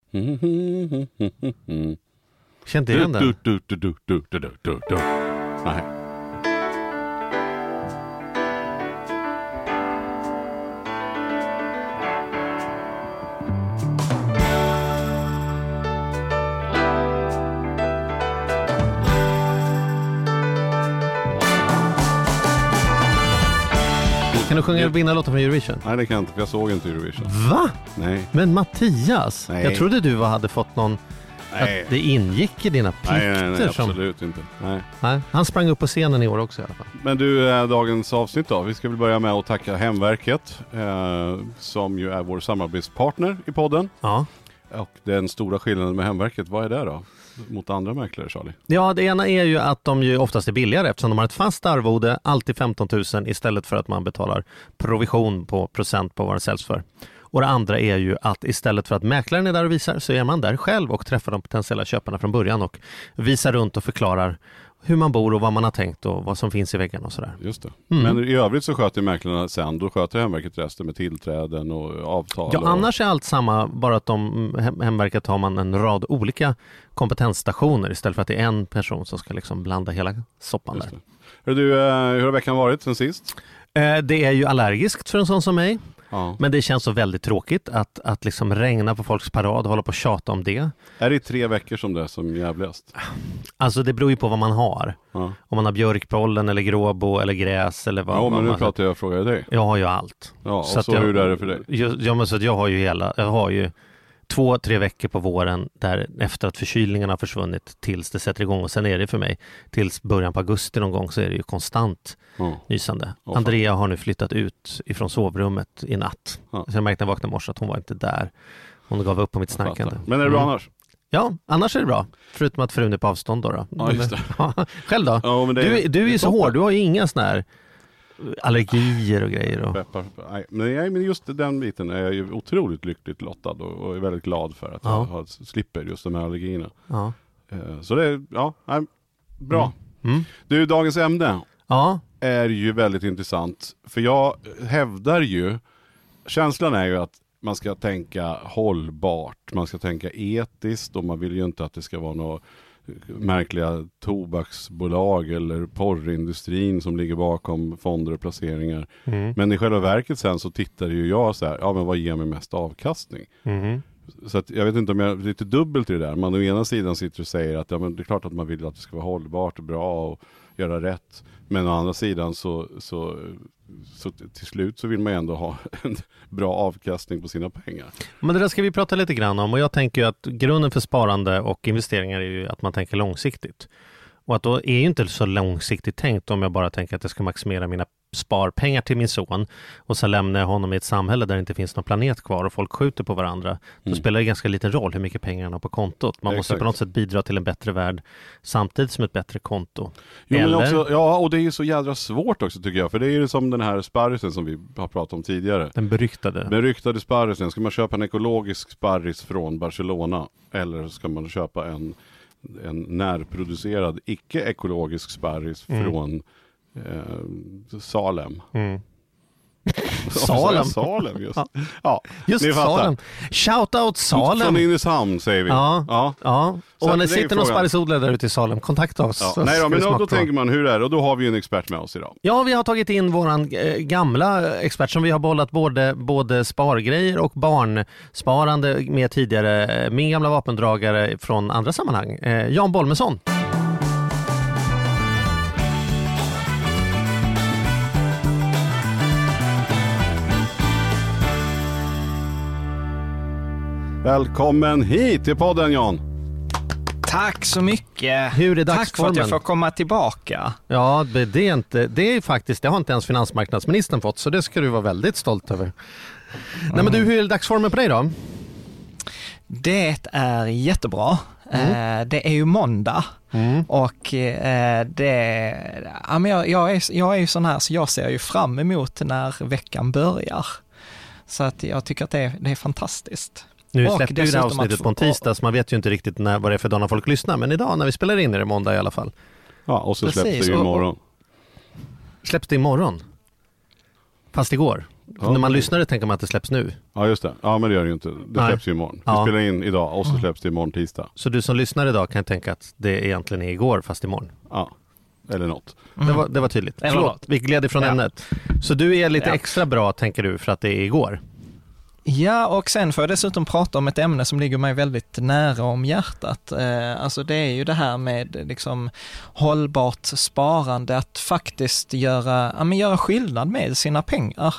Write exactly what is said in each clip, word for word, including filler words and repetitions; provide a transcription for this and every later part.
Kände igen den? Nej. Kan du sjunga vinnarlåten från Eurovision? Nej, det kan jag inte, för jag såg inte Eurovision. Va? Nej. Men Mattias, Nej. jag trodde du hade fått någon... Nej. Att det ingick i dina plikter. Nej, nej, nej, som... absolut inte. Nej. Nej, han sprang upp på scenen i år också i alla fall. Men du, dagens avsnitt då. Vi ska väl börja med att tacka Hemverket, eh, som ju är vår samarbetspartner i podden. Ja. Och den stora skillnaden med Hemverket, vad är det då? Mot andra mäklare, Charlie? Ja, det ena är ju att de ju oftast är billigare eftersom de har ett fast arvode, alltid femton tusen istället för att man betalar provision på procent på vad det säljs för. Och det andra är ju att istället för att mäklaren är där och visar så är man där själv och träffar de potentiella köparna från början och visar runt och förklarar hur man bor och vad man har tänkt och vad som finns i väggarna och sådär. Just det. Mm. Men i övrigt så sköter mäklarna sen, då sköter Hemverket resten med tillträden och avtal. Ja, och... annars är allt samma, bara att de, hem, Hemverket har man en rad olika kompetensstationer istället för att det är en person som ska liksom blanda hela soppan Just där. Hör du, hur har veckan varit sen sist? Eh, det är ju allergiskt för en sån som mig. Ja. Men det känns så väldigt tråkigt att, att liksom regna på folks parad och hålla på och tjata om det. Är det tre veckor som det är som jävligast? Alltså det beror ju på vad man har. Ja. Om man har björkpollen eller gråbo eller gräs eller vad. Ja, men vad nu man... pratar jag och frågar dig. Jag har ju allt. Ja, och så, så, så jag... hur är det för dig? Ja, men så att jag har ju hela, jag har ju två, tre veckor på våren där efter att förkylningen har försvunnit tills det sätter igång och sen är det för mig tills början på augusti någon gång så är det ju konstant Ja. nysande. Oh, Andrea har nu flyttat ut ifrån sovrummet i natt. Ja. Så jag märkte när jag vaknade i morse att hon var inte där. Hon gav upp på mitt snarkande. Men är det bra Mm. annars? Ja, annars är det bra. Förutom att frun är på avstånd då. då. Ja, just det. Själv då? Ja, men det du, är, du är ju det så toppen. hård. Du har ju inga såna här allergier och grejer. Och... Peppar. Nej, men, nej, men just den biten är jag ju otroligt lyckligt lottad och, och är väldigt glad för att Ja. jag har, slipper just de här allergierna. Ja. Eh, Så det är, ja, nej, bra. Mm. Mm. Du, dagens ämne Ja. är ju väldigt intressant. För jag hävdar ju, känslan är ju att man ska tänka hållbart, man ska tänka etiskt och man vill ju inte att det ska vara några märkliga tobaksbolag eller porrindustrin som ligger bakom fonder och placeringar. Mm. Men i själva verket sen så tittar ju jag så här, ja men vad ger mig mest avkastning? Mm. Så att jag vet inte om jag är lite dubbelt i det där. Man å ena sidan sitter och säger att ja, men det är klart att man vill att det ska vara hållbart och bra och göra rätt. Men å andra sidan så, så, så till slut så vill man ändå ha en bra avkastning på sina pengar. Men det där ska vi prata lite grann om och jag tänker ju att grunden för sparande och investeringar är ju att man tänker långsiktigt. Och att då är ju inte så långsiktigt tänkt om jag bara tänker att jag ska maximera mina sparpengar till min son och så lämnar jag honom i ett samhälle där det inte finns någon planet kvar och folk skjuter på varandra. Då Mm. spelar det ganska liten roll hur mycket pengar han har på kontot. Man måste Exakt. på något sätt bidra till en bättre värld samtidigt som ett bättre konto. Jo, men Eller- också, ja, och det är ju så jädra svårt också tycker jag. För det är ju som den här sparrisen som vi har pratat om tidigare. Den beryktade. Den ryktade sparrisen. Ska man köpa en ekologisk sparris från Barcelona eller ska man köpa en, en närproducerad icke-ekologisk sparris Mm. från eh, Salem? Mm. Salem? Salem. Salem just. Ja. Ja, Just ni fattar. Salem. Shout out Salem. Från Nynäshamn säger vi. Ja. Ja. Ja, Så och att när det det är sitter någon frågan. sparrisodlare där ute i Salem, kontakta oss. Ja. så Nej då, ska men vi då, då smaka. tänker man hur är det? Och då har vi ju en expert med oss idag. Ja, vi har tagit in våran eh, gamla expert som vi har bollat både, både spargrejer och barnsparande med tidigare, eh, min gamla vapendragare från andra sammanhang, eh, Jan Bolmesson. Välkommen hit till podden, Jan. Tack så mycket. Hur är Tack för dagsformen? att jag får komma tillbaka. Ja, det, det är inte, det är faktiskt, det har inte ens finansmarknadsministern fått, så det ska du vara väldigt stolt över. Mm. Nej men du, hur är dagsformen på dig då? Det är jättebra. Mm. Eh, det är ju måndag. Mm. Och eh, det, ja, men jag, jag, är, jag är ju sån här så jag ser ju fram emot när veckan börjar. Så att jag tycker att det är, det är fantastiskt. Nu Och släppte ju det dessutom avsnittet att- på en tisdag så man vet ju inte riktigt när, vad det är för dag när folk lyssnar. Men idag när vi spelar in är det måndag i alla fall. Ja, och så Precis, släpps det ju och- imorgon. Släpps det imorgon? Fast igår? Ja, när man det... lyssnar tänker man att det släpps nu. Ja, just det. Ja, men det gör det ju inte. Det Nej. släpps ju imorgon. Vi Ja. spelar in idag och så släpps det imorgon tisdag. Så du som lyssnar idag kan tänka att det egentligen är igår fast imorgon. Ja, eller något. Mm. Det, var, det var tydligt. Eller Förlåt, något. vi gled ifrån Ja. ämnet. Så du är lite Ja. extra bra tänker du för att det är igår? Ja, och sen får jag dessutom prata om ett ämne som ligger mig väldigt nära om hjärtat. Eh, alltså det är ju det här med liksom hållbart sparande, att faktiskt göra, ja, men göra skillnad med sina pengar.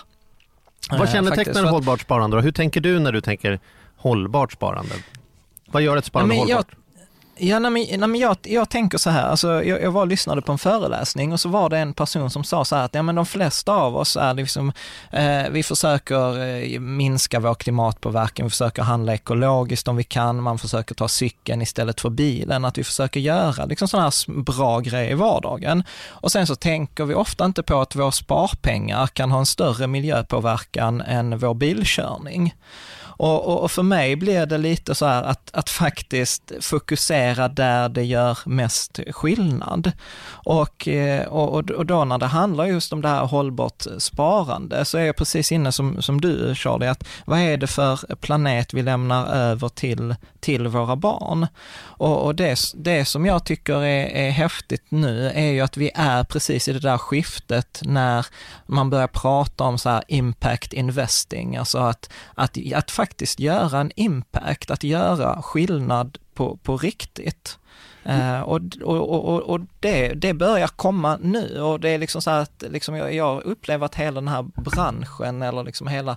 Vad Eh, kännetecknar faktiskt, för att- hållbart sparande då? Hur tänker du när du tänker hållbart sparande? Vad gör ett sparande Ja, men jag- hållbart? Ja, nej, men, nej, men jag, jag tänker så här, alltså, jag, jag var och lyssnade på en föreläsning och så var det en person som sa så här att ja, men de flesta av oss är liksom, eh, vi försöker eh, minska vår klimatpåverkan, vi försöker handla ekologiskt om vi kan, man försöker ta cykeln istället för bilen, att vi försöker göra liksom sådana här bra grejer i vardagen. Och sen så tänker vi ofta inte på att våra sparpengar kan ha en större miljöpåverkan än vår bilkörning. Och, och, och för mig blir det lite så här att, att faktiskt fokusera där det gör mest skillnad. Och, och, och då när det handlar just om det här hållbart sparande så är jag precis inne som, som du, Charlie, att vad är det för planet vi lämnar över till, till våra barn? Och, och det, det som jag tycker är, är häftigt nu är ju att vi är precis i det där skiftet när man börjar prata om så här impact investing, alltså att, att, att faktiskt göra en impact, att göra skillnad på, på riktigt. Uh, och och, och, och det, det börjar komma nu och det är liksom så här att liksom jag, jag upplever att hela den här branschen eller liksom hela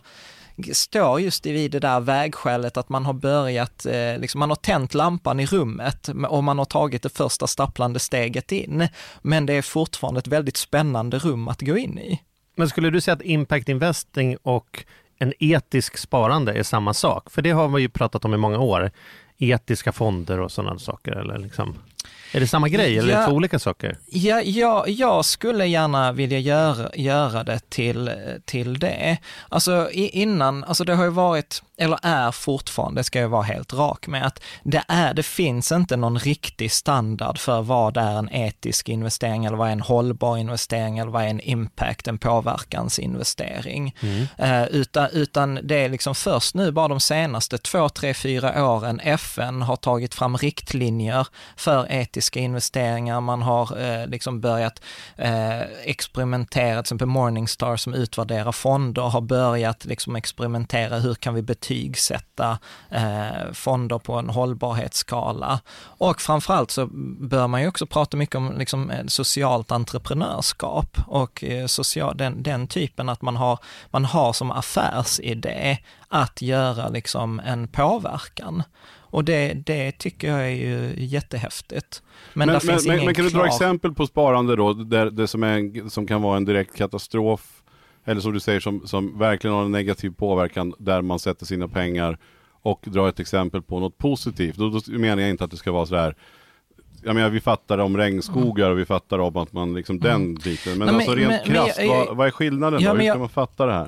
står just vid det där vägskälet att man har börjat, eh, liksom man har tänt lampan i rummet och man har tagit det första stapplande steget in, men det är fortfarande ett väldigt spännande rum att gå in i. Men skulle du säga att impact investing och en etisk sparande är samma sak? För det har vi ju pratat om i många år. Etiska fonder och sådana saker. Eller liksom. Är det samma grej eller Ja. är det två olika saker? Ja, ja, jag skulle gärna vilja göra, göra det till, till det. Alltså innan, alltså det har ju varit, eller är fortfarande, ska jag vara helt rak med, att det, är, det finns inte någon riktig standard för vad är en etisk investering eller vad är en hållbar investering eller vad är en impact, en påverkansinvestering. Mm. Uh, utan, utan det är liksom först nu, bara de senaste två, tre, fyra åren F N har tagit fram riktlinjer för etiska investeringar. Man har eh, liksom börjat eh, experimentera, till exempel Morningstar som utvärderar fonder har börjat liksom experimentera hur kan vi betygsätta eh, fonder på en hållbarhetsskala. Och framförallt så bör man ju också prata mycket om liksom, socialt entreprenörskap och eh, social, den, den typen att man har, man har som affärsidé att göra liksom en påverkan. Och det, det tycker jag är ju jättehäftigt. Men, men, finns men, ingen men kan du klar... dra exempel på sparande då, där det som, är en, som kan vara en direkt katastrof, eller som du säger som, som verkligen har en negativ påverkan där man sätter sina pengar, och dra ett exempel på något positivt. Då, då menar jag inte att det ska vara så där. Jag menar, vi fattar om regnskogar och vi fattar om att man liksom mm. den biten. Men, Nej, alltså men, rent men, krasst, men, jag, vad, vad är skillnaden ja, då? Hur ska jag... man fatta det här?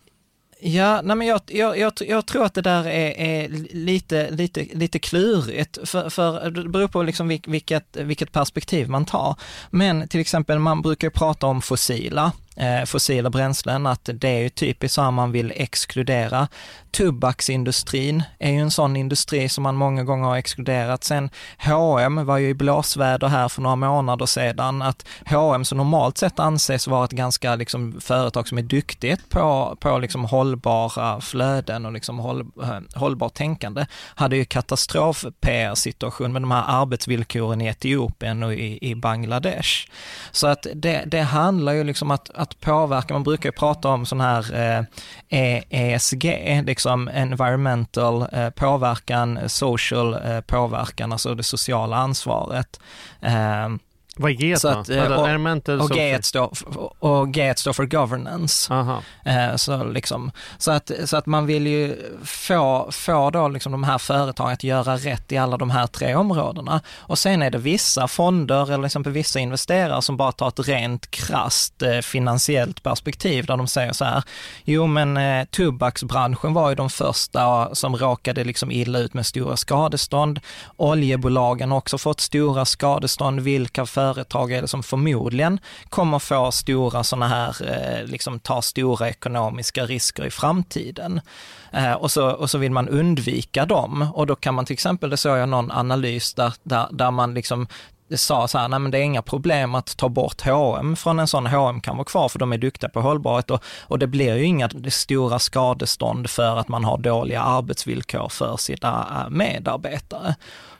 Ja, nej men jag, jag, jag, jag tror att det där är, är lite, lite, lite klurigt, för, för det beror på liksom vilket, vilket perspektiv man tar. Men till exempel, man brukar prata om fossila, eh, fossila bränslen, att det är ju typiskt så här man vill exkludera. Tobaksindustrin är ju en sån industri som man många gånger har exkluderat. Sen H och M var ju i blåsväder här för några månader sedan, att H och M som normalt sett anses vara ett ganska liksom företag som är duktigt på, på liksom hållbara flöden och liksom håll, hållbart tänkande, hade ju katastrof-P R-situation med de här arbetsvillkoren i Etiopien och i, i Bangladesh. Så att det, det handlar ju liksom att, att påverka, man brukar ju prata om sån här eh, E S G, liksom environmental eh, påverkan, social eh, påverkan, alltså det sociala ansvaret. Eh, Vad är G så att, då? och, och, och, G står, och G står för governance. Eh, så, liksom, så, att, så att man vill ju få, få då liksom de här företagen att göra rätt i alla de här tre områdena. Och sen är det vissa fonder eller liksom vissa investerare som bara tar ett rent krasst eh, finansiellt perspektiv där de säger så här, jo men eh, tobaksbranschen var ju de första som råkade liksom illa ut med stora skadestånd. Oljebolagen har också fått stora skadestånd. Vilka för företag är det som förmodligen kommer få stora sådana här, eh, liksom ta stora ekonomiska risker i framtiden. Eh, och, så, och så vill man undvika dem, och då kan man till exempel, det såg jag någon analys där, där, där man liksom det sa så här, nej men det är inga problem att ta bort H och M från en sån. H och M kan vara kvar för de är duktiga på hållbarhet, och, och det blir ju inga stora skadestånd för att man har dåliga arbetsvillkor för sina medarbetare.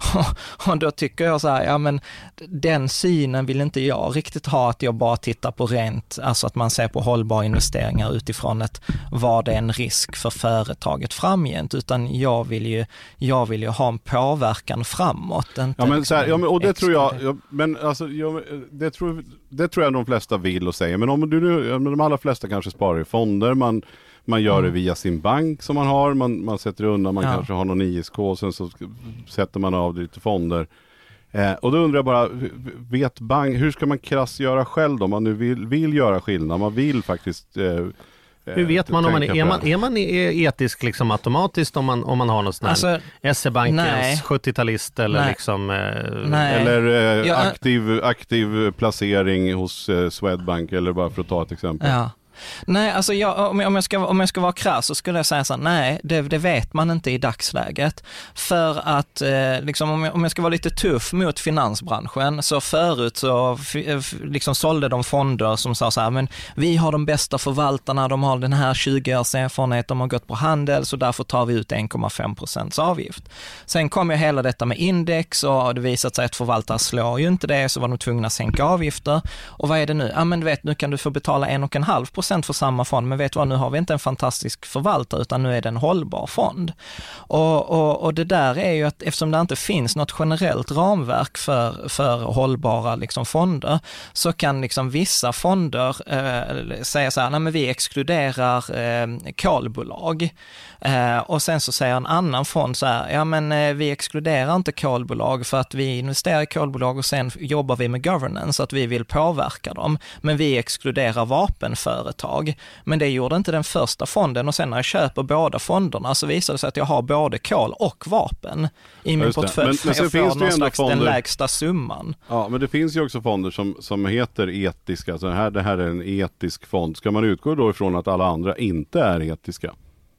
Och då tycker jag så här, ja men den synen vill inte jag riktigt ha, att jag bara tittar på rent, alltså att man ser på hållbara investeringar utifrån ett, vad det är en risk för företaget framgent, utan jag vill ju, jag vill ju ha en påverkan framåt. Inte ja men så här, ja, men, och det extra. tror jag, ja, men alltså, ja, det, tror, det tror jag de flesta vill och säger, men om du nu, de allra flesta kanske sparar i fonder, man Man gör det via sin bank som man har. Man, man sätter undan, man ja. kanske har någon I S K, och sen så sätter man av lite fonder. Eh, och då undrar jag bara, vet bank, hur ska man krass göra själv då? Man nu vill, vill göra skillnad, man vill faktiskt... Eh, hur vet man om man är, är man, är man etisk liksom automatiskt om man, om man har något sånt här alltså, S E-bankens sjuttiotalist eller nej. liksom... Eh, eller eh, ja, aktiv, aktiv placering hos eh, Swedbank, eller bara för att ta ett exempel. Ja. Nej, alltså jag, om, jag ska, om jag ska vara krass så skulle jag säga så här, nej, det, det vet man inte i dagsläget. För att, eh, liksom, om, jag, om jag ska vara lite tuff mot finansbranschen, så förut så f, liksom sålde de fonder som sa så här, men vi har de bästa förvaltarna, de har den här tjugo års erfarenhet, de har gått på handel, så därför tar vi ut en komma fem procents avgift. Sen kom ju hela detta med index, och det visat sig att förvaltare slår ju inte det, så var de tvungna att sänka avgifter. Och vad är det nu? Ja, men du vet, nu kan du få betala en och en halv procent för samma fond, men vet du vad, nu har vi inte en fantastisk förvaltare, utan nu är det en hållbar fond. Och, och, och det där är ju att eftersom det inte finns något generellt ramverk för, för hållbara liksom fonder, så kan liksom vissa fonder eh, säga så här, nej men vi exkluderar eh, kolbolag. Eh, och sen så säger en annan fond så här, ja men eh, vi exkluderar inte kolbolag för att vi investerar i kolbolag, och sen jobbar vi med governance, att vi vill påverka dem, men vi exkluderar vapenföretag. Men det gjorde inte den första fonden, och sen när jag köper båda fonderna så visar det sig att jag har både kol och vapen i min portfölj. Men, men jag får någon slags fonder, den lägsta summan. Ja, men det finns ju också fonder som, som heter etiska. Så här, det här är en etisk fond. Ska man utgå då ifrån att alla andra inte är etiska?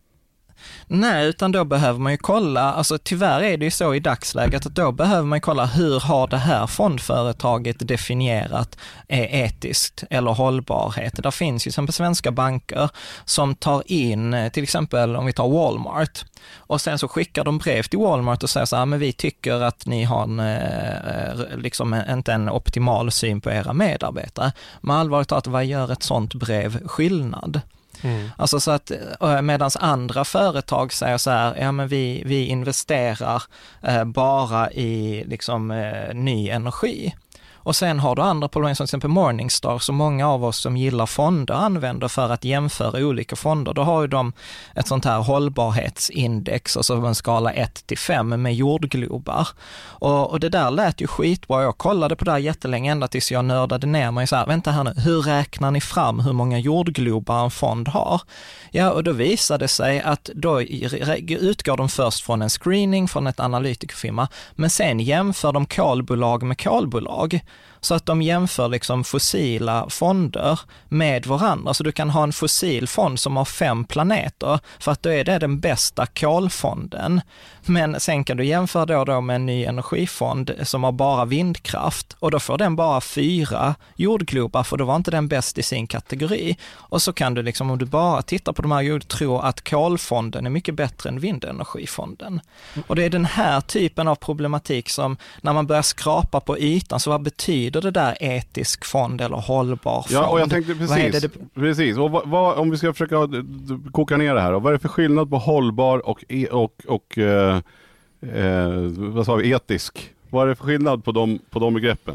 Nej, utan då behöver man ju kolla, alltså tyvärr är det ju så i dagsläget att då behöver man ju kolla hur har det här fondföretaget definierat etiskt eller hållbarhet. Där finns ju som på svenska banker som tar in, till exempel om vi tar Walmart, och sen så skickar de brev till Walmart och säger så här, men vi tycker att ni har en, liksom inte en optimal syn på era medarbetare. Men allvarligt att vad gör ett sånt brev skillnad? Mm. Alltså så att medans andra företag säger så här, ja men vi, vi investerar eh, bara i liksom eh, ny energi. Och sen har du andra problem som till exempel Morningstar, som många av oss som gillar fonder använder för att jämföra olika fonder. Då har ju de ett sånt här hållbarhetsindex, alltså en skala ett till fem med jordglobar. Och, och det där lät ju skitbra. Jag kollade på det här jättelänge ända tills jag nördade ner mig så här, vänta här nu, hur räknar ni fram hur många jordglobar en fond har? Ja, och då visade det sig att då utgår de först från en screening från ett analytikerfirma, men sen jämför de kolbolag med kolbolag. Så att de jämför liksom fossila fonder med varandra. Så du kan ha en fossil fond som har fem planeter, för att då är det den bästa kolfonden. Men sen kan du jämföra då, då med en ny energifond som har bara vindkraft, och då får den bara fyra jordglobar, för då var inte den bäst i sin kategori. Och så kan du liksom, om du bara tittar på de här jord, tro att kolfonden är mycket bättre än vindenergifonden. Och det är den här typen av problematik som, när man börjar skrapa på ytan, så vad betyder det där etisk fond eller hållbar fond? Ja, och jag tänkte precis, det... precis. Och vad, vad, om vi ska försöka koka ner det här, och vad är det för skillnad på hållbar och, e, och, och eh, eh, vad sa vi, etisk? Vad är det för skillnad på de, på de begreppen?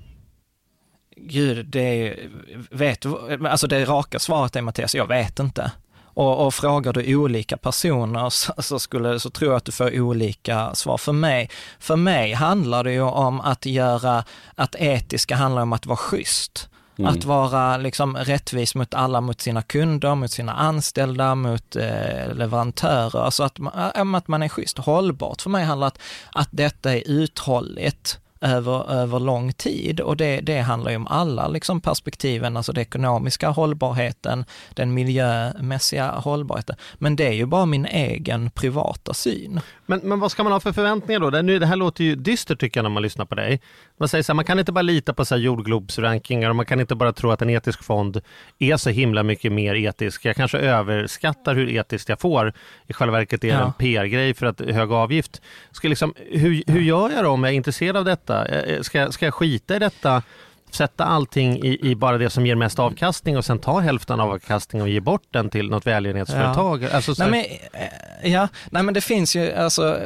Gud, det vet du, alltså det raka svaret är, Mattias, jag vet inte. Och, och frågar du olika personer så, så, skulle, så tror jag att du får olika svar. För mig, för mig handlar det ju om att göra, att etiska handlar om att vara schysst. Mm. Att vara liksom rättvis mot alla, mot sina kunder, mot sina anställda, mot eh, leverantörer. Alltså att man, att man är schysst. Hållbart för mig handlar att, att detta är uthålligt. över, över lång tid, och det, det handlar ju om alla liksom perspektiven, alltså den ekonomiska hållbarheten, den miljömässiga hållbarheten, men det är ju bara min egen privata syn. Men, men vad ska man ha för förväntningar då? Det, nu, det här låter ju dystert tycker jag när man lyssnar på dig. Man säger så här, man kan inte bara lita på så här jordglobsrankingar och man kan inte bara tro att en etisk fond är så himla mycket mer etisk. Jag kanske överskattar hur etiskt jag får. I själva verket är det ja. en P R-grej för att hög avgift. Ska liksom, hur, hur gör jag då om jag är intresserad av detta? Ska, ska jag skita i detta? Sätta allting i, i bara det som ger mest avkastning och sen ta hälften av avkastningen och ge bort den till något välgörenhetsföretag. Ja. Alltså, så... nej, men, ja, nej men det finns ju alltså,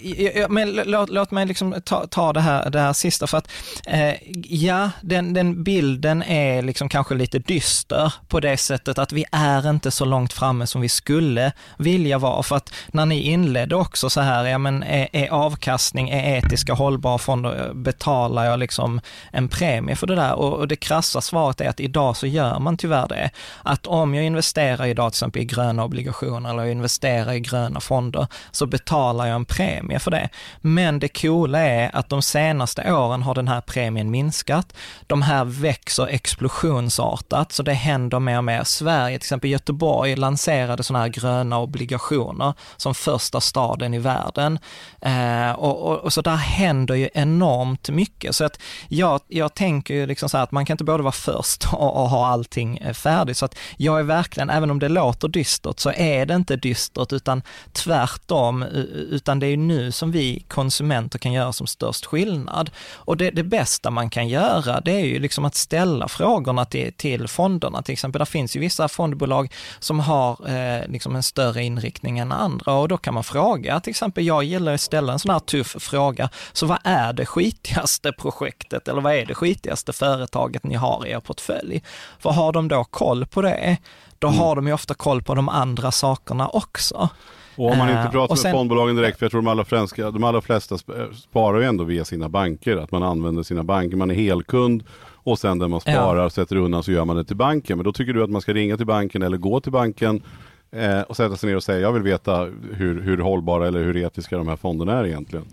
men låt, låt mig liksom ta, ta det, här, det här sista för att eh, ja, den, den bilden är liksom kanske lite dyster på det sättet att vi är inte så långt framme som vi skulle vilja vara, för att när ni inledde också så här, ja men är, är avkastning, är etiska hållbara fonder, betalar jag liksom en premie för det där, och det krassa svaret är att idag så gör man tyvärr det. Att om jag investerar idag till exempel i gröna obligationer eller jag investerar i gröna fonder så betalar jag en premie för det. Men det coola är att de senaste åren har den här premien minskat. De här växer explosionsartat, så det händer mer och mer. Sverige, till exempel Göteborg, lanserade sådana här gröna obligationer som första staden i världen. Eh, och, och, och så där händer ju enormt mycket. Så att jag, jag tänker ju liksom så här att man kan inte både vara först och, och ha allting färdigt. Så att jag är verkligen, även om det låter dystert så är det inte dystert utan tvärtom, utan det är nu som vi konsumenter kan göra som störst skillnad. Och det, det bästa man kan göra, det är ju liksom att ställa frågorna till, till fonderna. Till exempel, det finns ju vissa fondbolag som har eh, liksom en större inriktning än andra, och då kan man fråga, till exempel jag gillar att ställa en sån här tuff fråga, så vad är det skitigaste projektet eller vad är det skitigaste företaget ni har i er portfölj? För har de då koll på det, då mm. har de ju ofta koll på de andra sakerna också. Och om man inte pratar sen, med fondbolagen direkt, för jag tror de allra, flesta, de allra flesta sparar ju ändå via sina banker, att man använder sina banker, man är helkund och sen där man sparar, ja. sätter undan så gör man det till banken. Men då tycker du att man ska ringa till banken eller gå till banken eh, och sätta sig ner och säga, jag vill veta hur, hur hållbara eller hur etiska de här fonderna är egentligen.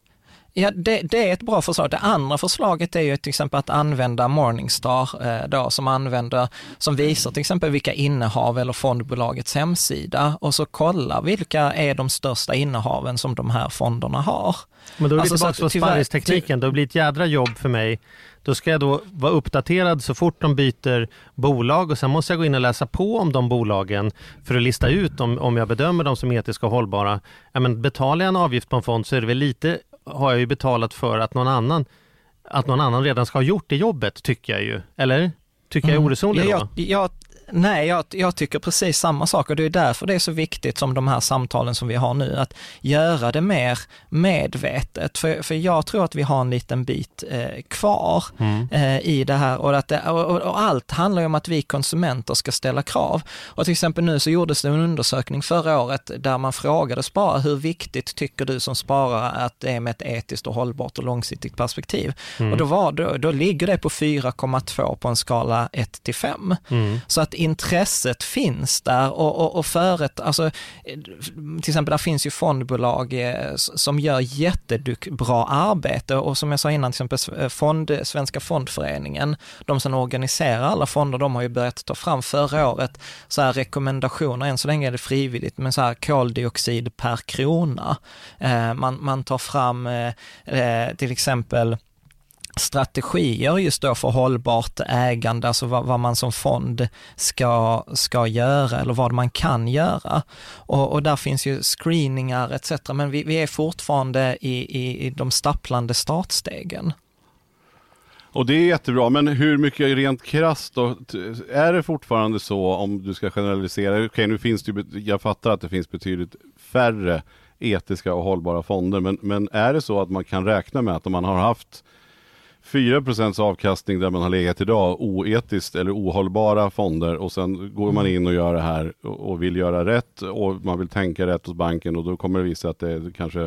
Ja, det, det är ett bra förslag. Det andra förslaget är ju till exempel att använda Morningstar eh, då, som använder, som visar till exempel vilka innehav eller fondbolagets hemsida, och så kolla vilka är de största innehaven som de här fonderna har. Men då är det alltså, tillbaka på sparringstekniken. Då blir det ett jädra jobb för mig. Då ska jag då vara uppdaterad så fort de byter bolag, och sen måste jag gå in och läsa på om de bolagen för att lista ut om, om jag bedömer dem som etiska och hållbara. Ja, men betalar jag en avgift på en fond så är det väl lite, har jag ju betalat för att någon annan att någon annan redan ska ha gjort det jobbet, tycker jag ju. Eller? Tycker jag är oresonlig då? Jag, jag, nej, jag, jag tycker precis samma sak, och det är därför det är så viktigt som de här samtalen som vi har nu, att göra det mer medvetet. För, för jag tror att vi har en liten bit eh, kvar mm. eh, i det här, och, att det, och, och, och allt handlar ju om att vi konsumenter ska ställa krav. Och till exempel nu så gjordes det en undersökning förra året där man frågade sparare, hur viktigt tycker du som sparare att det är med ett etiskt och hållbart och långsiktigt perspektiv? Mm. Och då, var, då, då ligger det på fyra komma två på en skala ett till fem. Mm. Så att intresset finns där, och, och, och för ett, alltså, till exempel där finns ju fondbolag eh, som gör jättebra arbete, och som jag sa innan, till exempel fond, Svenska fondföreningen, de som organiserar alla fonder, de har ju börjat ta fram förra året så här rekommendationer, än så länge är det frivilligt, men så här koldioxid per krona. Eh, man, man tar fram eh, till exempel strategier just då för hållbart ägande, alltså vad, vad man som fond ska, ska göra eller vad man kan göra. Och, och där finns ju screeningar et cetera. Men vi, vi är fortfarande i, i, i de stapplande startstegen. Och det är jättebra, men hur mycket rent krasst då? Är det fortfarande så, om du ska generalisera, okej okay, nu finns det ju, jag fattar att det finns betydligt färre etiska och hållbara fonder, men, men är det så att man kan räkna med att om man har haft fyra procent avkastning där man har legat idag, oetiskt eller ohållbara fonder, och sen går man in och gör det här och vill göra rätt och man vill tänka rätt hos banken, och då kommer det visa att det kanske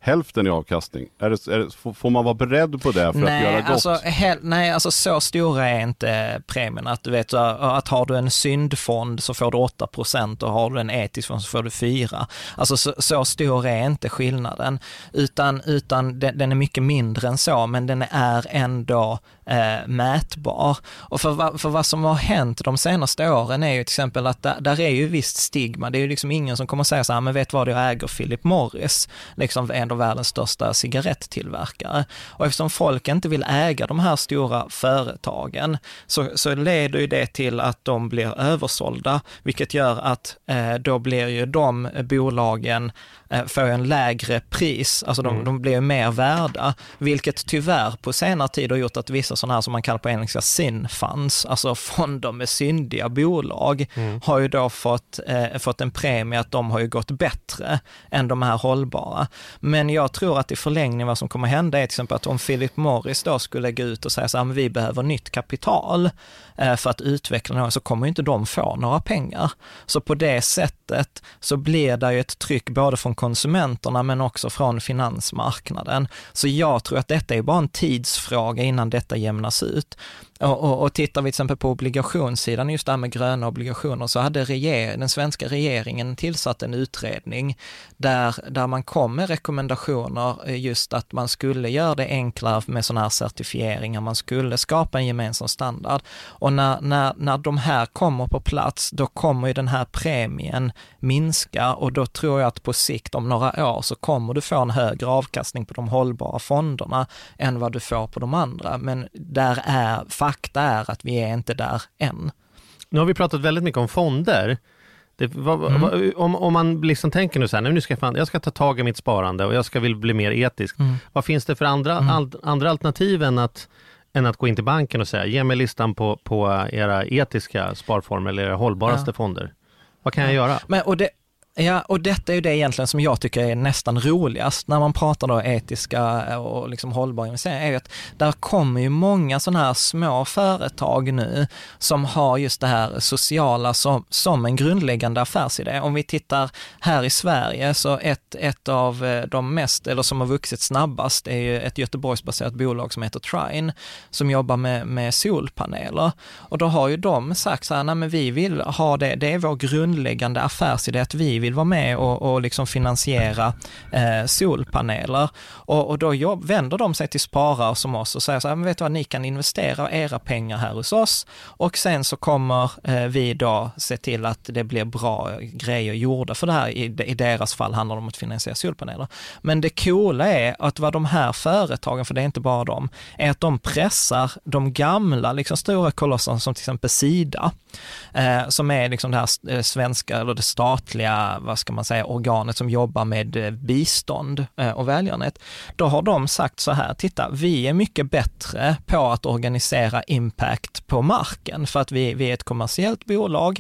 hälften i avkastning? Är det, är det, får man vara beredd på det för nej, att göra gott? Alltså, he, nej, alltså så stora är inte premierna. Att du vet att har du en syndfond så får du åtta procent och har du en etisk fond så får du fyra. Alltså så, så stor är inte skillnaden. Utan, utan den, den är mycket mindre än så, men den är ändå eh, mätbar. Och för, för vad som har hänt de senaste åren är ju till exempel att där, där är ju visst stigma. Det är ju liksom ingen som kommer säga så här, men vet vad, jag äger Philip Morris, liksom en av världens största cigaretttillverkare. Och eftersom folk inte vill äga de här stora företagen så, så leder ju det till att de blir översålda, vilket gör att eh, då blir ju de bolagen eh, får en lägre pris, alltså de, mm. de blir mer värda, vilket tyvärr på senare tid har gjort att vissa sådana här som man kallar på engelska sin funds, alltså fonder med syndiga bolag, mm. har ju då fått, eh, fått en premie att de har ju gått bättre än de här hållbara. Men jag tror att i förlängning vad som kommer hända är till exempel att om Philip Morris då skulle gå ut och säga så här, men vi behöver nytt kapital eh, för att utveckla något, så kommer ju inte de få några pengar. Så på det sättet så blir det ju ett tryck både från konsumenterna men också från finansmarknaden. Så jag tror att detta är bara en tidsfråga innan detta jämnas ut. Och, och, och tittar vi till exempel på obligationssidan, just där med gröna obligationer, så hade reger- den svenska regeringen tillsatt en utredning där, där man kom med rekommendationer just att man skulle göra det enklare med sådana här certifieringar, man skulle skapa en gemensam standard. Och när, när, när de här kommer på plats, då kommer ju den här premien minska, och då tror jag att på sikt om några år så kommer du få en högre avkastning på de hållbara fonderna än vad du får på de andra. Men där är fakta är att vi är inte där än. Nu har vi pratat väldigt mycket om fonder. Det, vad, mm. vad, om, om man liksom tänker nu så här, nu ska jag, fan, jag ska ta tag i mitt sparande och jag ska vill bli mer etisk. Mm. Vad finns det för andra, mm. all, andra alternativ än att, än att gå in till banken och säga, ge mig listan på, på era etiska sparformer eller era hållbaraste ja. fonder. Vad kan jag ja. göra? Men, och det Ja, och detta är ju det egentligen som jag tycker är nästan roligast när man pratar då etiska och liksom hållbara investeringar, är ju att där kommer ju många sådana här små företag nu som har just det här sociala som, som en grundläggande affärsidé. Om vi tittar här i Sverige, så ett, ett av de mest, eller som har vuxit snabbast, är ju ett Göteborgsbaserat bolag som heter Trine, som jobbar med, med solpaneler. Och då har ju de sagt så här, nej men vi vill ha det, det är vår grundläggande affärsidé att vi vill vara med och, och liksom finansiera eh, solpaneler. Och, och då jobb, vänder de sig till sparare som oss och säger så här, men vet du vad, ni kan investera era pengar här hos oss, och sen så kommer eh, vi då se till att det blir bra grejer gjorda för det här. I, I deras fall handlar det om att finansiera solpaneler. Men det coola är att vad de här företagen, för det är inte bara de, är att de pressar de gamla liksom stora kolosserna som till exempel Sida, eh, som är liksom det här svenska eller det statliga, vad ska man säga, organet som jobbar med bistånd och välgörenhet. Då har de sagt så här, titta, vi är mycket bättre på att organisera impact på marken för att vi, vi är ett kommersiellt bolag.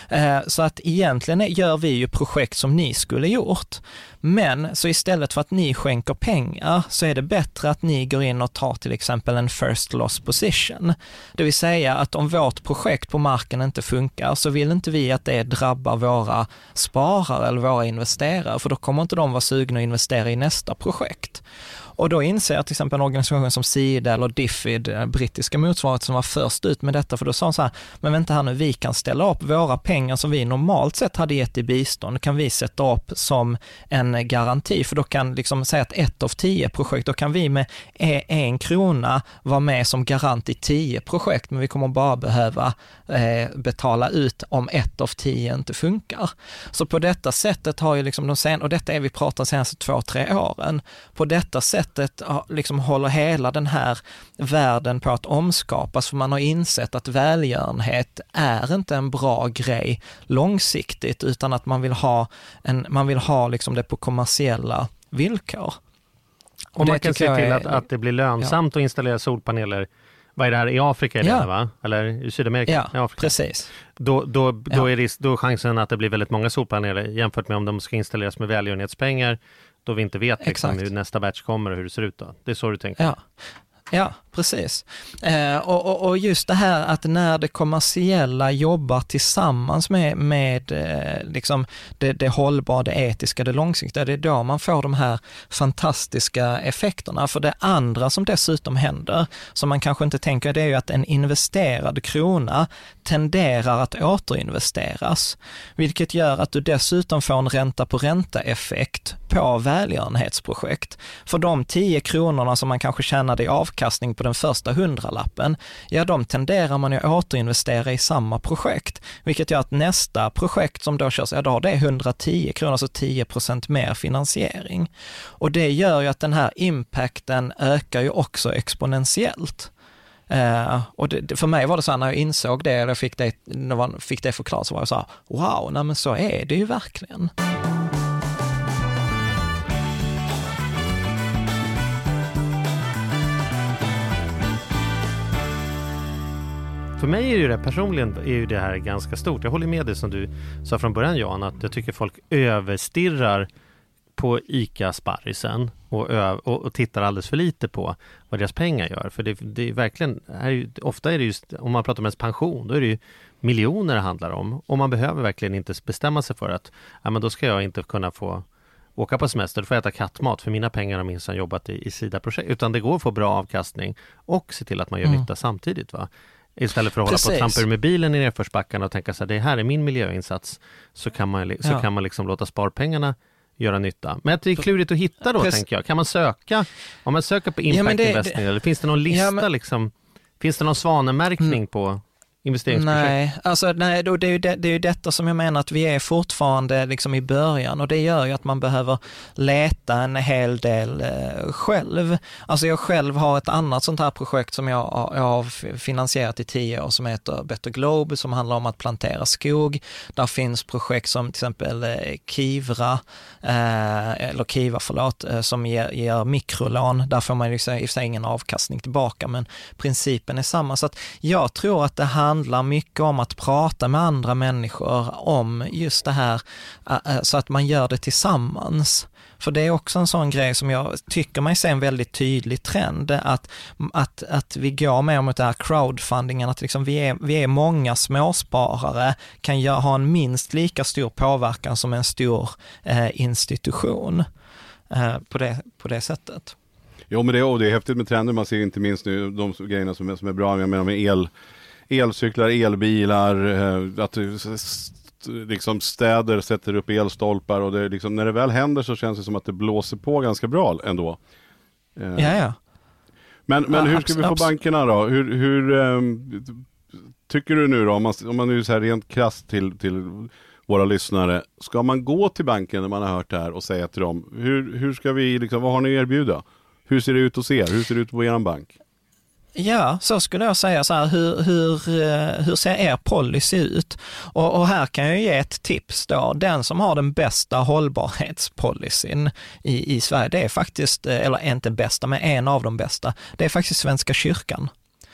Så att egentligen gör vi ju projekt som ni skulle gjort. Men så istället för att ni skänker pengar så är det bättre att ni går in och tar till exempel en first loss position. Det vill säga att om vårt projekt på marken inte funkar så vill inte vi att det drabbar våra sparare eller våra investerare, för då kommer inte de vara sugna att investera i nästa projekt. Och då inser till exempel en organisation som Sida eller Diffid, brittiska motsvarighet, som var först ut med detta, för då sa de så här, men vänta här nu, vi kan ställa upp våra pengar som vi normalt sett hade gett i bistånd, kan vi sätta upp som en garanti, för då kan liksom säga att ett av tio projekt, då kan vi med en krona vara med som garant i tio projekt, men vi kommer bara behöva eh, betala ut om ett av tio inte funkar. Så på detta sättet har ju liksom de sen, och detta är vi pratar senaste två, tre åren, på detta sätt liksom håller hela den här världen på att omskapas, för man har insett att välgörenhet är inte en bra grej långsiktigt, utan att man vill ha, en, man vill ha liksom det på kommersiella villkor. Och, och man kan se till är, att, att det blir lönsamt ja. att installera solpaneler. Vad är det här? I Afrika är det, ja. va? Eller i Sydamerika? Ja, i Afrika. precis. Då, då, då, ja. är risk, då är chansen att det blir väldigt många solpaneler jämfört med om de ska installeras med välgörenhetspengar, då vi inte vet liksom hur nästa batch kommer och hur det ser ut då. Det är så du tänker? Ja. Ja, Precis. Eh, och, och, och just det här att när det kommersiella jobbar tillsammans med, med eh, liksom det, det hållbara, det etiska, det långsiktiga, det är då man får de här fantastiska effekterna. För det andra som dessutom händer, som man kanske inte tänker, det är ju att en investerad krona tenderar att återinvesteras, vilket gör att du dessutom får en ränta på ränta-effekt på välgörenhetsprojekt. För de tio kronorna som man kanske tjänade i avkastning på den första hundralappen, ja, de tenderar man ju att återinvestera i samma projekt, vilket gör att nästa projekt som då körs, ja, då har det hundratio kronor, alltså tio procent mer finansiering. Och det gör ju att den här impacten ökar ju också exponentiellt. Uh, och det, för mig var det så här, när jag insåg det, eller fick det, när man fick det förklarat, så var jag så här, wow, nej men så är det ju verkligen. För mig är ju det personligen är ju det här ganska stort. Jag håller med dig som du sa från början, Jan, att jag tycker folk överstirrar på ICA-sparrisen och, ö- och, och tittar alldeles för lite på vad deras pengar gör. För det, det är verkligen, är ju, ofta är det just, om man pratar om ens pension, då är det ju miljoner det handlar om. Och man behöver verkligen inte bestämma sig för att ja, men då ska jag inte kunna få åka på semester, då får jag äta kattmat, för mina pengar har minst jobbat i, i SIDA-projekt. Utan det går att få bra avkastning och se till att man gör mm. nytta samtidigt, va? Istället för att Precis. hålla på och trampa med bilen i nedförsbackarna och tänka så här, det här är min miljöinsats, så kan man, så ja. kan man liksom låta sparpengarna göra nytta. Men det är klurigt att hitta då, Precis. tänker jag. Kan man söka, om man söker på impact ja, det, investing, det, eller finns det någon lista ja, men, liksom, finns det någon svanemärkning mm. på investeringsprojekt? Nej, alltså nej, då, det, är ju det, det är ju detta som jag menar, att vi är fortfarande liksom i början, och det gör ju att man behöver leta en hel del eh, själv. Alltså jag själv har ett annat sånt här projekt som jag, jag har finansierat i tio år som heter Better Globe, som handlar om att plantera skog. Där finns projekt som till exempel eh, Kivra, eh, eller Kiva förlåt, eh, som ger, ger mikrolån. Där får man ju i och för sig ingen avkastning tillbaka, men principen är samma. Så att jag tror att det handlar handlar mycket om att prata med andra människor om just det här, så att man gör det tillsammans. För det är också en sån grej som jag tycker mig se en väldigt tydlig trend, att, att, att vi går med mot det här crowdfundingen, att liksom vi, är, vi är många småsparare, kan jag ha en minst lika stor påverkan som en stor eh, institution eh, på, det, på det sättet. Jo, men det är, det är häftigt med trender, man ser inte minst nu de grejerna som är, som är bra, jag menar med el elcyklar, elbilar, att liksom städer sätter upp elstolpar, och det liksom, när det väl händer så känns det som att det blåser på ganska bra ändå. Ja, ja. Men, men ja, hur ska abs- vi få abs- bankerna då? Hur, hur um, tycker du nu då, om man, om man nu är så här rent krasst till, till våra lyssnare, ska man gå till banken när man har hört det här och säga till dem, hur, hur ska vi, liksom, vad har ni att erbjuda? Hur ser det ut hos er? Hur ser det ut på er bank? Ja, så skulle jag säga så här, hur, hur, hur ser er policy ut? Och, och här kan jag ge ett tips då. Den som har den bästa hållbarhetspolicyn i, i Sverige, det är faktiskt, eller inte bästa, men en av de bästa, det är faktiskt Svenska kyrkan.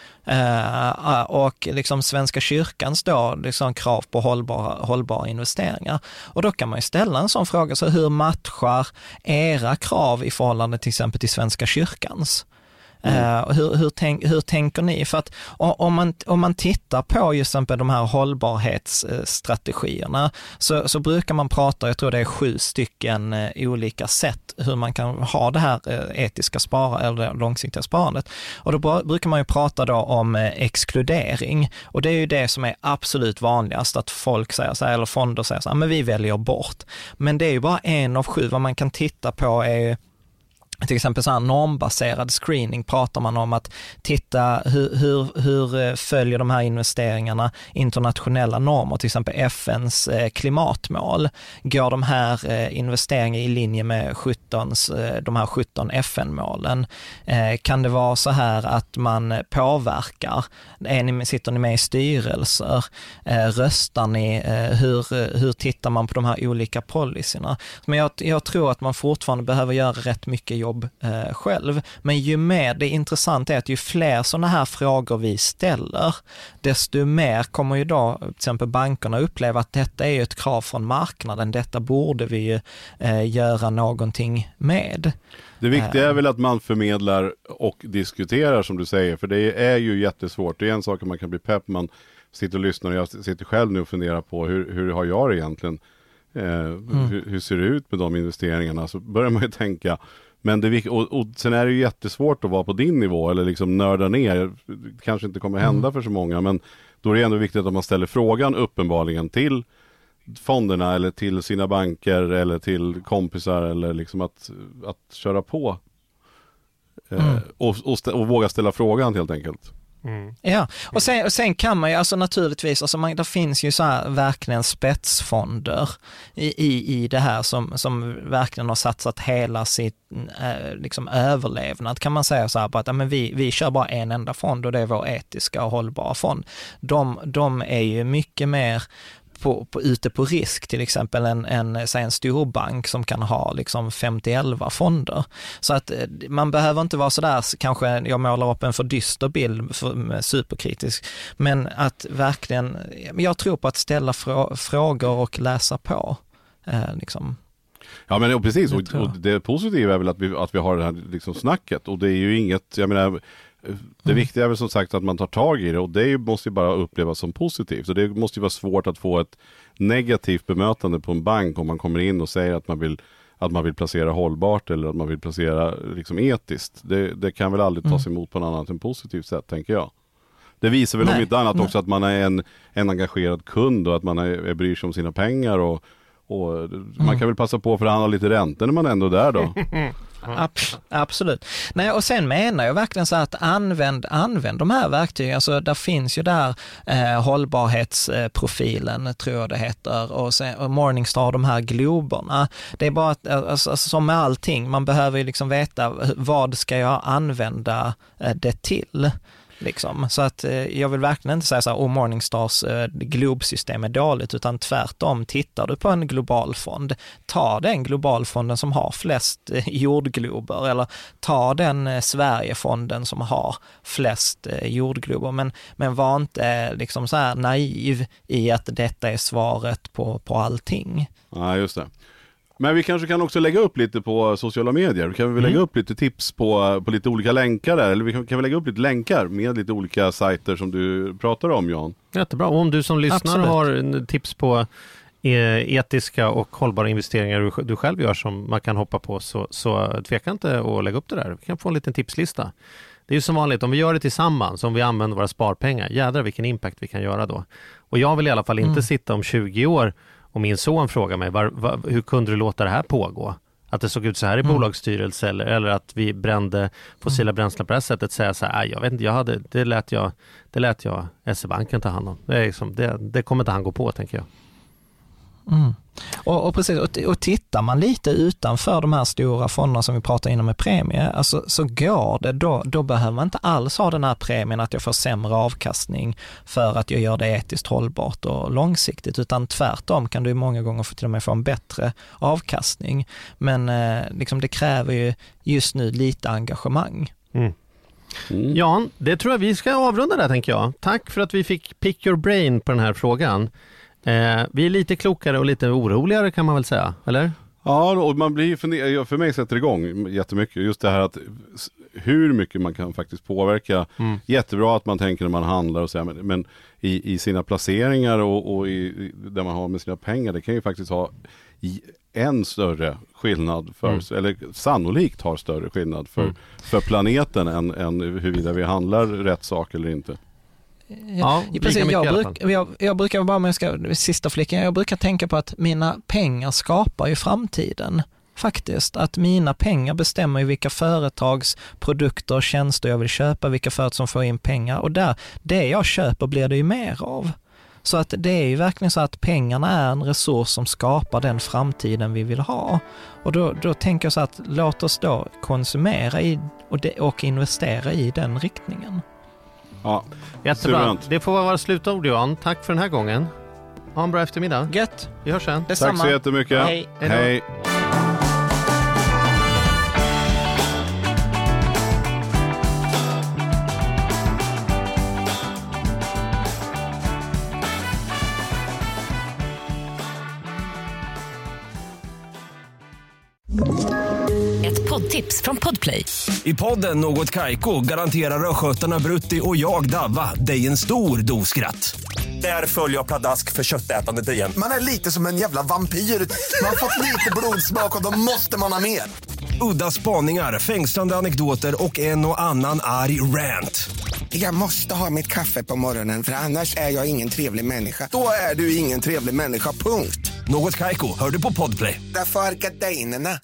Uh, och liksom Svenska kyrkan står liksom krav på hållbara, hållbara investeringar. Och då kan man ju ställa en sån fråga, så hur matchar era krav i förhållande till exempel till Svenska kyrkans? Mm. Uh, hur, hur, tänk, hur tänker ni? För att om man, om man tittar på just exempel de här hållbarhetsstrategierna, så, så brukar man prata, jag tror det är sju stycken uh, olika sätt hur man kan ha det här uh, etiska spara, eller långsiktiga sparandet. Och då br- brukar man ju prata då om uh, exkludering, och det är ju det som är absolut vanligast, att folk säger så här, eller fonder säger så här, men vi väljer bort. Men det är ju bara en av sju. Vad man kan titta på är till exempel så här normbaserad screening, pratar man om att titta hur, hur, hur följer de här investeringarna internationella normer, till exempel F N:s eh, klimatmål. Går de här eh, investeringarna i linje med sjutton's, eh, de här sjutton F N-målen? Eh, kan det vara så här att man påverkar? Är ni, sitter ni med i styrelser? Eh, röstar ni? Eh, hur, hur tittar man på de här olika policyerna? Men jag, jag tror att man fortfarande behöver göra rätt mycket jobb jobb eh, själv. Men ju mer, det intressanta är att ju fler sådana här frågor vi ställer, desto mer kommer ju då till exempel bankerna uppleva att detta är ju ett krav från marknaden, detta borde vi ju eh, göra någonting med. Det viktiga är väl att man förmedlar och diskuterar som du säger, för det är ju jättesvårt. Det är en sak att man kan bli pepp, man sitter och lyssnar och jag sitter själv nu och funderar på hur, hur har jag det egentligen? Eh, mm. hur, hur ser det ut med de investeringarna? Så börjar man ju tänka, men det, och, och sen är det ju jättesvårt att vara på din nivå eller liksom nörda ner. Det kanske inte kommer hända mm. för så många, men då är det ändå viktigt att man ställer frågan uppenbarligen till fonderna eller till sina banker eller till kompisar eller liksom att, att köra på eh, mm. och, och, st- och våga ställa frågan helt enkelt. Mm. Ja, och sen, och sen kan man ju alltså naturligtvis, alltså man, det finns ju så här verkligen spetsfonder i, i, i det här som, som verkligen har satsat hela sitt eh, liksom överlevnad, kan man säga så här på att ja, men vi, vi kör bara en enda fond och det är vår etiska och hållbara fond. De, de är ju mycket mer På, på, ute på risk, till exempel en, en, säg en stor bank som kan ha liksom femtio elva fonder. Så att man behöver inte vara sådär, kanske jag målar upp en för dyster bild, för, superkritisk, men att verkligen, jag tror på att ställa frå, frågor och läsa på. Eh, liksom. Ja men precis, och, och det positiva är väl att vi, att vi har det här liksom snacket, och det är ju inget, jag menar, det mm. viktiga är väl som sagt att man tar tag i det, och det måste ju bara upplevas som positivt. Så det måste ju vara svårt att få ett negativt bemötande på en bank om man kommer in och säger att man vill, att man vill placera hållbart eller att man vill placera liksom etiskt. Det, det kan väl aldrig tas emot på något annat än positivt sätt, tänker jag. Det visar väl nej, om inte annat nej. också att man är en, en engagerad kund och att man är, är bryr sig om sina pengar, och, och mm. man kan väl passa på att förhandla lite räntor när man ändå är där då. Ab- absolut. Nej, och sen menar jag verkligen så att använd, använd de här verktygen. Alltså där finns ju där eh, hållbarhetsprofilen, tror jag det heter, och, sen, och Morningstar, de här globerna. Det är bara att, alltså, alltså, som med allting, man behöver ju liksom veta vad ska jag använda eh, det till. Liksom. Så att eh, jag vill verkligen inte säga så här, oh, Morningstars eh, globsystem är dåligt, utan tvärtom, tittar du på en global fond, ta den globalfonden som har flest eh, jordglober, eller ta den eh, Sverigefonden som har flest eh, jordglober, men, men var inte eh, liksom så här naiv i att detta är svaret på, på allting. Ja, just det. Men vi kanske kan också lägga upp lite på sociala medier. Vi kan väl mm. lägga upp lite tips på, på lite olika länkar där. Eller vi kan, kan vi lägga upp lite länkar med lite olika sajter som du pratar om, Jan. Jättebra. Och om du som lyssnar Absolut. har tips på etiska och hållbara investeringar du, du själv gör som man kan hoppa på, så, så tveka inte att lägga upp det där. Vi kan få en liten tipslista. Det är ju som vanligt, om vi gör det tillsammans, om vi använder våra sparpengar, jädrar vilken impact vi kan göra då. Och jag vill i alla fall inte mm. sitta om tjugo år och min son frågar mig, var, var, hur kunde du låta det här pågå? Att det såg ut så här i mm. bolagsstyrelse, eller, eller att vi brände fossila mm. bränslen på det här sättet, säga så här, jag vet inte, jag hade, det lät jag, det lät jag S E-banken ta hand om. Det, är liksom, det, det kommer inte han gå på, tänker jag. Mm. Och, och precis, och, och tittar man lite utanför de här stora fonderna som vi pratar inom med premie, alltså, så går det, då, då behöver man inte alls ha den här premien att jag får sämre avkastning för att jag gör det etiskt hållbart och långsiktigt, utan tvärtom kan du många gånger få till och med få en bättre avkastning, men eh, liksom det kräver ju just nu lite engagemang. Mm. Mm. Jan, det tror jag vi ska avrunda där, tänker jag. Tack för att vi fick pick your brain på den här frågan. Eh, vi är lite klokare och lite oroligare, kan man väl säga, eller? Ja, och man blir för, för mig sätter det igång jättemycket. Just det här att hur mycket man kan faktiskt påverka. Mm. Jättebra att man tänker när man handlar och så här, men, men i, i sina placeringar och, och i, där man har med sina pengar, det kan ju faktiskt ha en större skillnad för, mm. eller sannolikt har större skillnad för, mm. för planeten än, än huruvida vi handlar rätt sak eller inte. Ja, ja, precis. Jag, bruk, jag, jag brukar bara, med ska, sista flicken, jag brukar tänka på att mina pengar skapar ju framtiden. Faktiskt, att mina pengar bestämmer ju vilka företags produkter och tjänster jag vill köpa, vilka företag som får in pengar, och där, det jag köper blir det ju mer av. Så att det är ju verkligen så att pengarna är en resurs som skapar den framtiden vi vill ha. Och då, då tänker jag så att låt oss då konsumera i, och, de, och investera i den riktningen. Ja, jättebra. Suverant. Det får vara slutord, Johan. Tack för den här gången. Ha en bra eftermiddag. Gött. Vi hörs sen. Tack så jättemycket. Hej. Hej. Ett poddtips från Podplay. I podden Något Kaiko garanterar röskötarna Brutti och jag Davva dig en stor dos skratt. Där följer jag pladask för köttätandet igen. Man är lite som en jävla vampyr. Man har fått lite blodsmak och då måste man ha mer. Udda spaningar, fängslande anekdoter och en och annan arg rant. Jag måste ha mitt kaffe på morgonen för annars är jag ingen trevlig människa. Då är du ingen trevlig människa, punkt. Något Kaiko, hör du på Podplay. Därför är gardinerna.